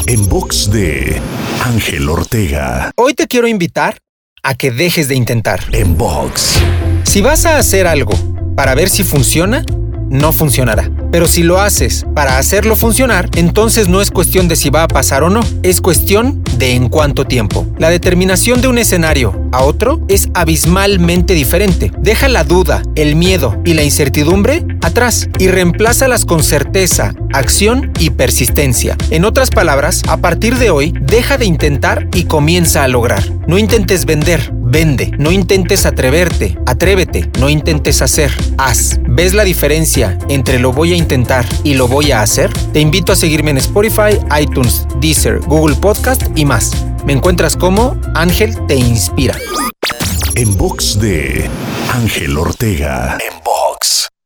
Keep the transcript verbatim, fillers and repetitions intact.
En box de Ángel Ortega. Hoy te quiero invitar a que dejes de intentar. En box. Si vas a hacer algo para ver si funciona, no funcionará. Pero si lo haces para hacerlo funcionar, entonces no es cuestión de si va a pasar o no, es cuestión de en cuánto tiempo. La determinación de un escenario a otro es abismalmente diferente. Deja la duda, el miedo y la incertidumbre atrás y reemplázalas con certeza, acción y persistencia. En otras palabras, a partir de hoy, deja de intentar y comienza a lograr. No intentes vender, vende. No intentes atreverte, atrévete. No intentes hacer, haz. ¿Ves la diferencia entre lo voy a intentar y lo voy a hacer? Te invito a seguirme en Spotify, iTunes, Deezer, Google Podcast y más. Me encuentras como Ángel Te Inspira. En box de Ángel Ortega. En box.